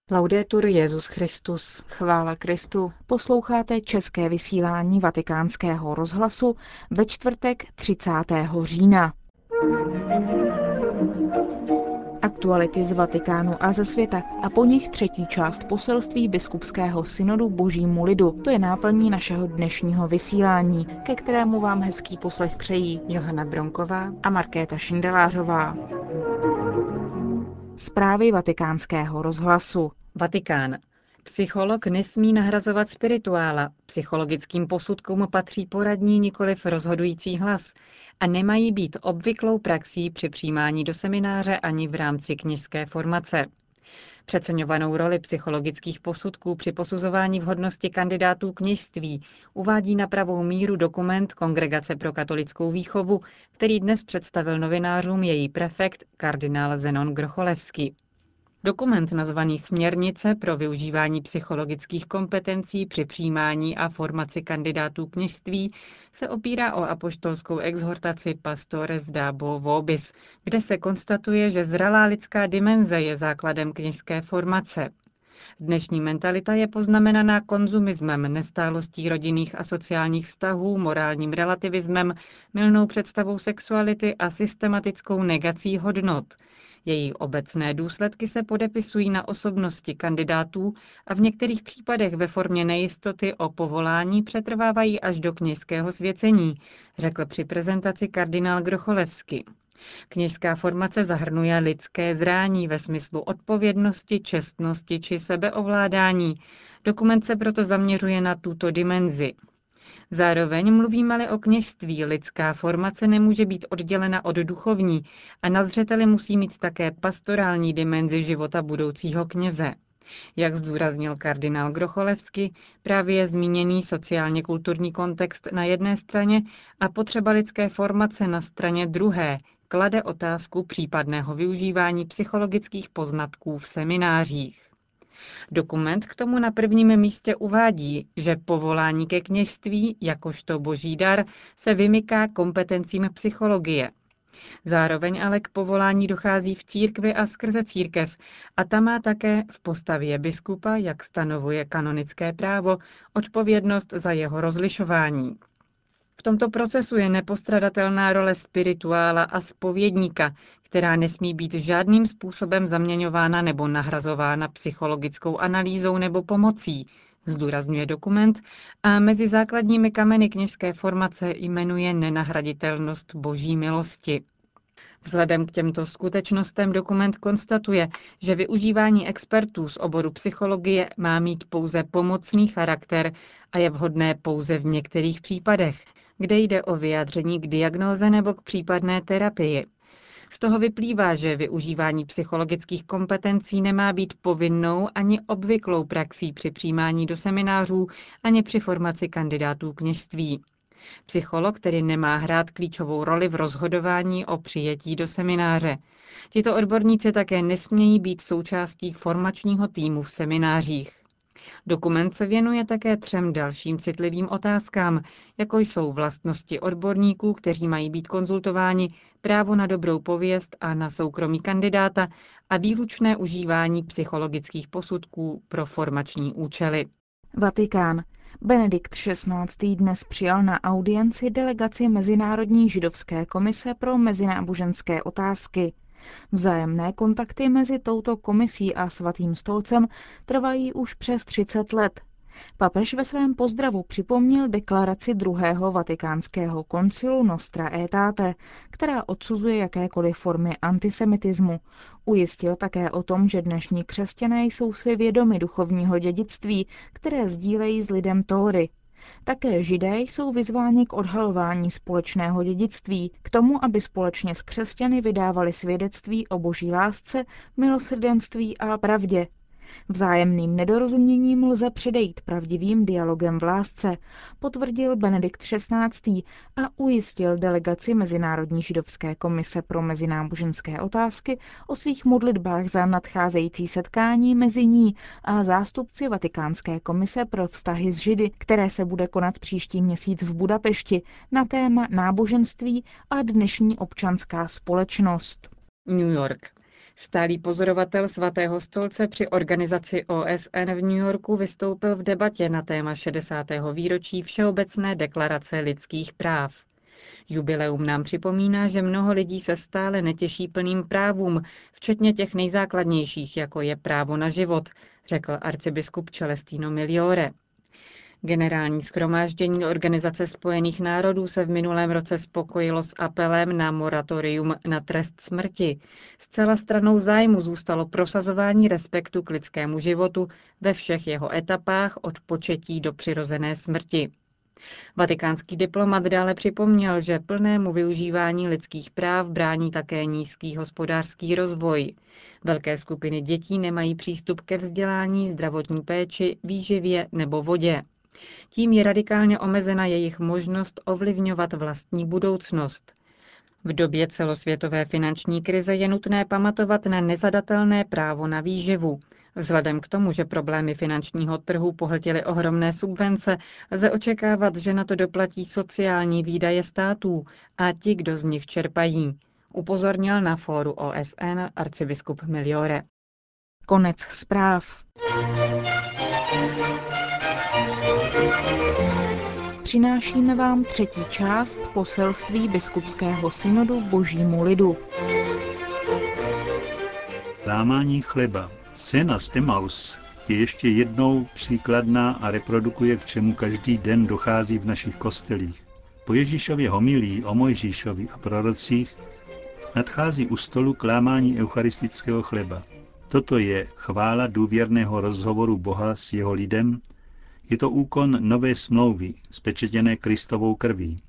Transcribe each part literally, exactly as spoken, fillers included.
Laudetur Jesus Christus. Chvála Kristu. Posloucháte české vysílání Vatikánského rozhlasu ve čtvrtek třicátého října. Aktuality z Vatikánu a ze světa a po nich třetí část poselství biskupského synodu Božímu lidu. To je náplní našeho dnešního vysílání, ke kterému vám hezký poslech přejí Johana Bronková a Markéta Šindelářová. Zprávy Vatikánského rozhlasu. Vatikán. Psycholog nesmí nahrazovat spirituála. Psychologickým posudkům patří poradní, nikoliv rozhodující hlas a nemají být obvyklou praxí při přijímání do semináře ani v rámci kněžské formace. Přeceňovanou roli psychologických posudků při posuzování vhodnosti kandidátů kněžství uvádí na pravou míru dokument Kongregace pro katolickou výchovu, který dnes představil novinářům její prefekt kardinál Zenon Grocholevský. Dokument nazvaný Směrnice pro využívání psychologických kompetencí při přijímání a formaci kandidátů kněžství se opírá o apoštolskou exhortaci Pastores Dabo Vobis, kde se konstatuje, že zralá lidská dimenze je základem kněžské formace. Dnešní mentalita je poznamenaná konzumismem, nestálostí rodinných a sociálních vztahů, morálním relativismem, mylnou představou sexuality a systematickou negací hodnot. Její obecné důsledky se podepisují na osobnosti kandidátů a v některých případech ve formě nejistoty o povolání přetrvávají až do kněžského svěcení, řekl při prezentaci kardinál Grocholevský. Kněžská formace zahrnuje lidské zrání ve smyslu odpovědnosti, čestnosti či sebeovládání. Dokument se proto zaměřuje na tuto dimenzi. Zároveň mluvíme-li o kněžství, lidská formace nemůže být oddělena od duchovní a na zřeteli musí mít také pastorální dimenzi života budoucího kněze. Jak zdůraznil kardinál Grocholevský, právě zmíněný sociálně-kulturní kontext na jedné straně a potřeba lidské formace na straně druhé klade otázku případného využívání psychologických poznatků v seminářích. Dokument k tomu na prvním místě uvádí, že povolání ke kněžství, jakožto boží dar, se vymyká kompetencím psychologie. Zároveň ale k povolání dochází v církvi a skrze církev a ta má také v postavě biskupa, jak stanovuje kanonické právo, odpovědnost za jeho rozlišování. V tomto procesu je nepostradatelná role spirituála a zpovědníka, která nesmí být žádným způsobem zaměňována nebo nahrazována psychologickou analýzou nebo pomocí, zdůrazňuje dokument a mezi základními kameny kněžské formace jmenuje nenahraditelnost boží milosti. Vzhledem k těmto skutečnostem dokument konstatuje, že využívání expertů z oboru psychologie má mít pouze pomocný charakter a je vhodné pouze v některých případech, kde jde o vyjádření k diagnóze nebo k případné terapii. Z toho vyplývá, že využívání psychologických kompetencí nemá být povinnou ani obvyklou praxí při přijímání do seminářů ani při formaci kandidátů kněžství. Psycholog tedy nemá hrát klíčovou roli v rozhodování o přijetí do semináře. Tito odborníci také nesmějí být součástí formačního týmu v seminářích. Dokument se věnuje také třem dalším citlivým otázkám, jako jsou vlastnosti odborníků, kteří mají být konzultováni, právo na dobrou pověst a na soukromí kandidáta a výlučné užívání psychologických posudků pro formační účely. Vatikán. Benedikt šestnáctý dnes přijal na audienci delegaci Mezinárodní židovské komise pro mezináboženské otázky. Vzájemné kontakty mezi touto komisí a Svatým stolcem trvají už přes třicet let. Papež ve svém pozdravu připomněl deklaraci druhého vatikánského koncilu Nostra Aetate, která odsuzuje jakékoliv formy antisemitismu. Ujistil také o tom, že dnešní křesťané jsou si vědomi duchovního dědictví, které sdílejí s lidem Tóry. Také Židé jsou vyzváni k odhalování společného dědictví, k tomu, aby společně s křesťany vydávali svědectví o boží lásce, milosrdenství a pravdě. Vzájemným nedorozuměním lze předejít pravdivým dialogem v lásce, potvrdil Benedikt šestnáctý a ujistil delegaci Mezinárodní židovské komise pro mezináboženské otázky o svých modlitbách za nadcházející setkání mezi ní a zástupci Vatikánské komise pro vztahy s Židy, které se bude konat příští měsíc v Budapešti na téma náboženství a dnešní občanská společnost. New York. Stálý pozorovatel Svatého stolce při organizaci O S N v New Yorku vystoupil v debatě na téma šedesátého výročí Všeobecné deklarace lidských práv. Jubileum nám připomíná, že mnoho lidí se stále netěší plným právům, včetně těch nejzákladnějších, jako je právo na život, řekl arcibiskup Celestino Migliore. Generální shromáždění Organizace spojených národů se v minulém roce spokojilo s apelem na moratorium na trest smrti. Zcela stranou zájmu zůstalo prosazování respektu k lidskému životu ve všech jeho etapách od početí do přirozené smrti. Vatikánský diplomat dále připomněl, že plnému využívání lidských práv brání také nízký hospodářský rozvoj. Velké skupiny dětí nemají přístup ke vzdělání, zdravotní péči, výživě nebo vodě. Tím je radikálně omezena jejich možnost ovlivňovat vlastní budoucnost. V době celosvětové finanční krize je nutné pamatovat na nezadatelné právo na výživu. Vzhledem k tomu, že problémy finančního trhu pohltily ohromné subvence, lze očekávat, že na to doplatí sociální výdaje států a ti, kdo z nich čerpají. Upozornil na fóru O S N arcibiskup Migliore. Konec zpráv. Přinášíme vám třetí část poselství biskupského synodu Božímu lidu. Lámání chleba. Scéna z Emaus je ještě jednou příkladná a reprodukuje, k čemu každý den dochází v našich kostelích. Po Ježíšově homilii o Mojžíšovi a prorocích nadchází u stolu k lámání eucharistického chleba. Toto je chvála důvěrného rozhovoru Boha s jeho lidem, je to úkon nové smlouvy, spečetěné Kristovou krví.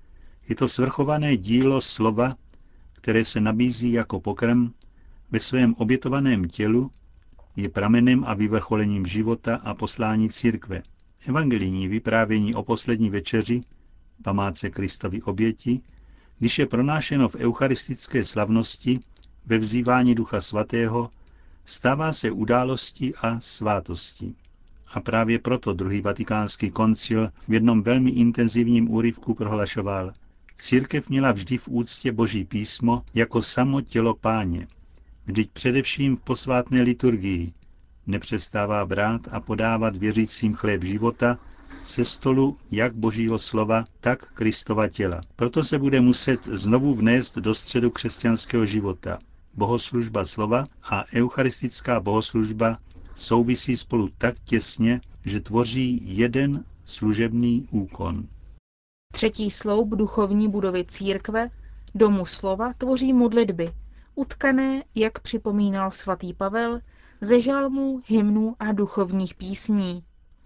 Je to svrchované dílo slova, které se nabízí jako pokrm ve svém obětovaném tělu, je pramenem a vyvrcholením života a poslání církve. Evangelijní vyprávění o poslední večeři, památce Kristovy oběti, když je pronášeno v eucharistické slavnosti ve vzývání Ducha Svatého, stává se událostí a svátostí. A právě proto druhý vatikánský koncil v jednom velmi intenzivním úryvku prohlašoval: Církev měla vždy v úctě Boží písmo jako samo tělo Páně. Vždyť především v posvátné liturgii nepřestává brát a podávat věřícím chléb života se stolu jak Božího slova, tak Kristova těla. Proto se bude muset znovu vnést do středu křesťanského života. Bohoslužba slova a eucharistická bohoslužba souvisí spolu tak těsně, že tvoří jeden služebný úkon. Třetí sloup duchovní budovy církve, domu slova, tvoří modlitby, utkané, jak připomínal svatý Pavel, ze žalmů, hymnů a duchovních písní.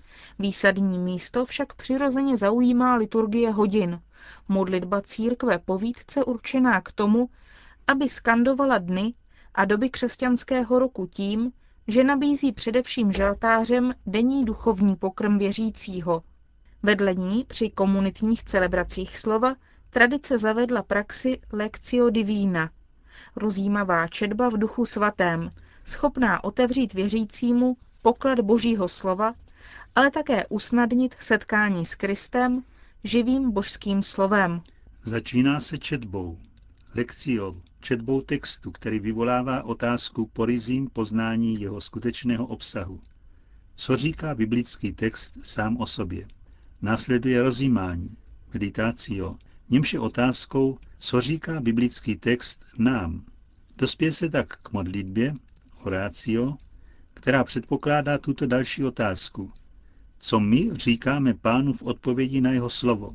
Výsadní místo však přirozeně zaujímá liturgie hodin, modlitba církve povídce určená k tomu, aby skandovala dny a doby křesťanského roku tím, že nabízí především žaltářem denní duchovní pokrm věřícího. Vedle ní při komunitních celebracích slova tradice zavedla praxi Lectio Divina, rozjímavá četba v duchu svatém, schopná otevřít věřícímu poklad Božího slova, ale také usnadnit setkání s Kristem, živým božským slovem. Začíná se četbou, lekciou, četbou textu, který vyvolává otázku po ryzím poznání jeho skutečného obsahu. Co říká biblický text sám o sobě? Následuje rozjímání, meditácio, němž je otázkou, co říká biblický text nám. Dospěje se tak k modlitbě, orácio, která předpokládá tuto další otázku. Co my říkáme Pánu v odpovědi na jeho slovo?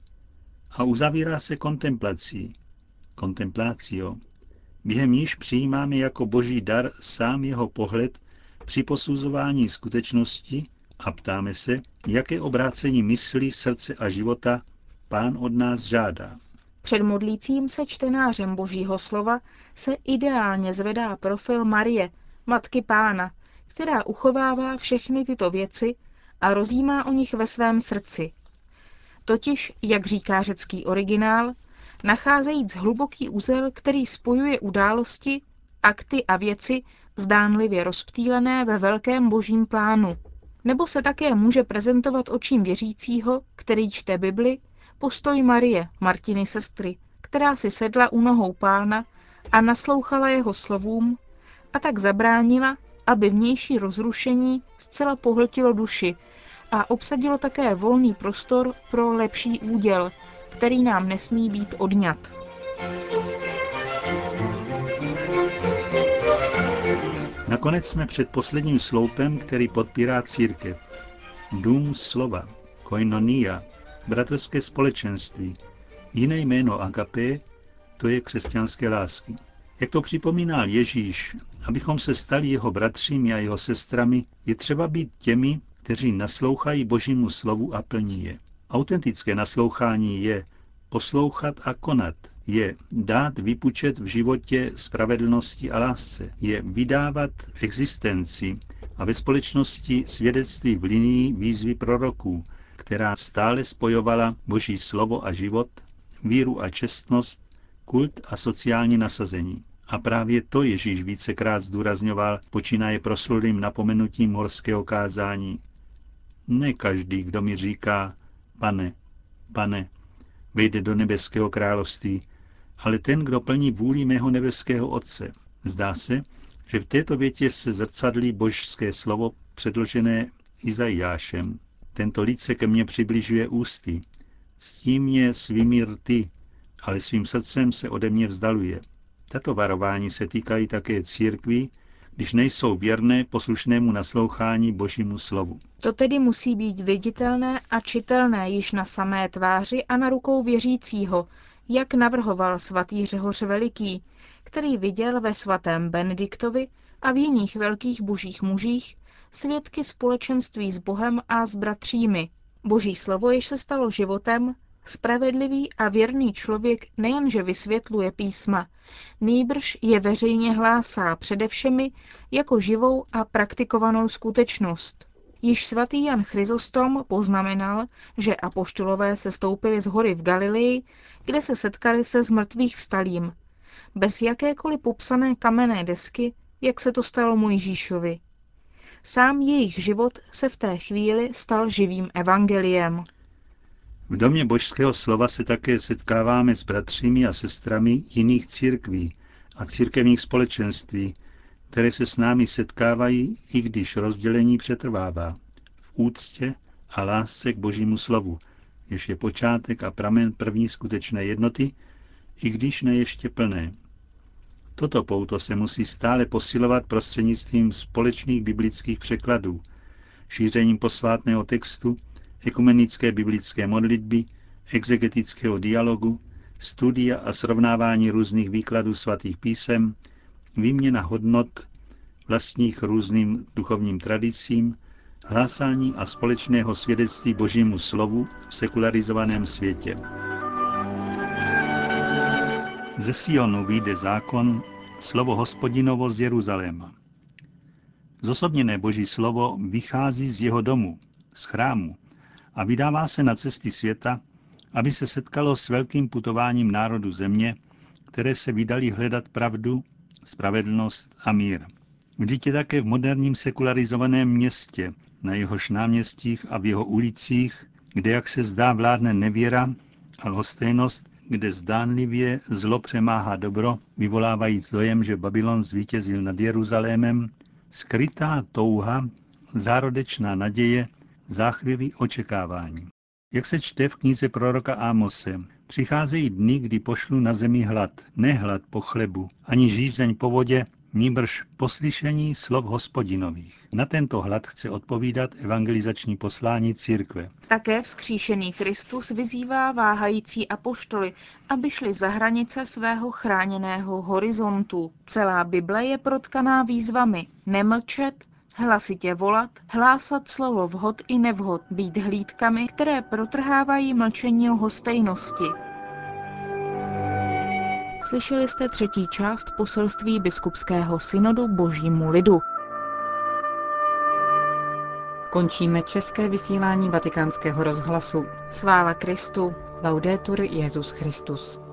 A uzavírá se kontemplací, kontemplácio, během níž přijímáme jako boží dar sám jeho pohled při posuzování skutečnosti a ptáme se, jaké obrácení mysli, srdce a života Pán od nás žádá. Před modlícím se čtenářem Božího slova se ideálně zvedá profil Marie, Matky Pána, která uchovává všechny tyto věci a rozjímá o nich ve svém srdci. Totiž, jak říká řecký originál, nacházejíc hluboký uzel, který spojuje události, akty a věci zdánlivě rozptýlené ve velkém božím plánu. Nebo se také může prezentovat očím věřícího, který čte Bibli, postoj Marie, Martiny sestry, která si sedla u nohou Pána a naslouchala jeho slovům a tak zabránila, aby vnější rozrušení zcela pohltilo duši a obsadilo také volný prostor pro lepší úděl, který nám nesmí být odňat. Nakonec jsme před posledním sloupem, který podpírá církev. Dům slova, koinonia, bratrské společenství, jiné jméno agape, to je křesťanské lásky. Jak to připomínal Ježíš, abychom se stali jeho bratřími a jeho sestrami, je třeba být těmi, kteří naslouchají Božímu slovu a plní je. Autentické naslouchání je poslouchat a konat, je dát vypučet v životě spravedlnosti a lásce, je vydávat existenci a ve společnosti svědectví v linii výzvy proroků, která stále spojovala Boží slovo a život, víru a čestnost, kult a sociální nasazení. A právě to Ježíš vícekrát zdůrazňoval, počínaje proslulým napomenutím horského kázání. Ne každý, kdo mi říká, pane, pane, vejde do nebeského království, ale ten, kdo plní vůli mého nebeského Otce. Zdá se, že v této větě se zrcadlí božské slovo předložené Izajášem. Tento lid se ke mně přibližuje ústy. Ctí mě svými rty, ale svým srdcem se ode mě vzdaluje. Tato varování se týkají také církví, když nejsou věrné poslušnému naslouchání Božímu slovu. To tedy musí být viditelné a čitelné již na samé tváři a na rukou věřícího, jak navrhoval svatý Řehoř Veliký, který viděl ve svatém Benediktovi a v jiných velkých božích mužích svědky společenství s Bohem a s bratřími. Boží slovo, jež se stalo životem, spravedlivý a věrný člověk nejenže vysvětluje písma, nýbrž je veřejně hlásá přede všemi jako živou a praktikovanou skutečnost. Již svatý Jan Chryzostom poznamenal, že apoštolové se stoupili z hory v Galilei, kde se setkali se zmrtvých vstalým, bez jakékoliv popsané kamenné desky, jak se to stalo Mojžíšovi. Sám jejich život se v té chvíli stal živým evangeliem. V domě božského slova se také setkáváme s bratřími a sestrami jiných církví a církevních společenství, které se s námi setkávají, i když rozdělení přetrvává, v úctě a lásce k Božímu slovu, jež je počátek a pramen první skutečné jednoty, i když ne ještě plné. Toto pouto se musí stále posilovat prostřednictvím společných biblických překladů, šířením posvátného textu, ekumenické biblické modlitby, exegetického dialogu, studia a srovnávání různých výkladů svatých písem, výměna hodnot vlastních různým duchovním tradicím, hlásání a společného svědectví Božímu slovu v sekularizovaném světě. Ze Sionu vyjde zákon, slovo Hospodinovo z Jeruzaléma. Zosobněné Boží slovo vychází z jeho domu, z chrámu, a vydává se na cesty světa, aby se setkalo s velkým putováním národu země, které se vydali hledat pravdu, spravedlnost a mír. Vždyť je také v moderním sekularizovaném městě, na jehož náměstích a v jeho ulicích, kde, jak se zdá, vládne nevěra a lhostejnost, kde zdánlivě zlo přemáhá dobro, vyvolávajíc dojem, že Babylon zvítězil nad Jeruzalémem, skrytá touha, zárodečná naděje, záchvěvý očekávání. Jak se čte v knize proroka Ámose, přicházejí dny, kdy pošlu na zemi hlad, ne hlad po chlebu, ani žízeň po vodě, nýbrž poslyšení slov Hospodinových. Na tento hlad chce odpovídat evangelizační poslání církve. Také vzkříšený Kristus vyzývá váhající apoštoly, aby šli za hranice svého chráněného horizontu. Celá Bible je protkaná výzvami nemlčet, hlasitě volat, hlásat slovo vhod i nevhod, být hlídkami, které protrhávají mlčení lhostejnosti. Slyšeli jste třetí část poselství biskupského synodu Božímu lidu. Končíme české vysílání Vatikánského rozhlasu. Chvála Kristu. Laudetur Jesus Christus.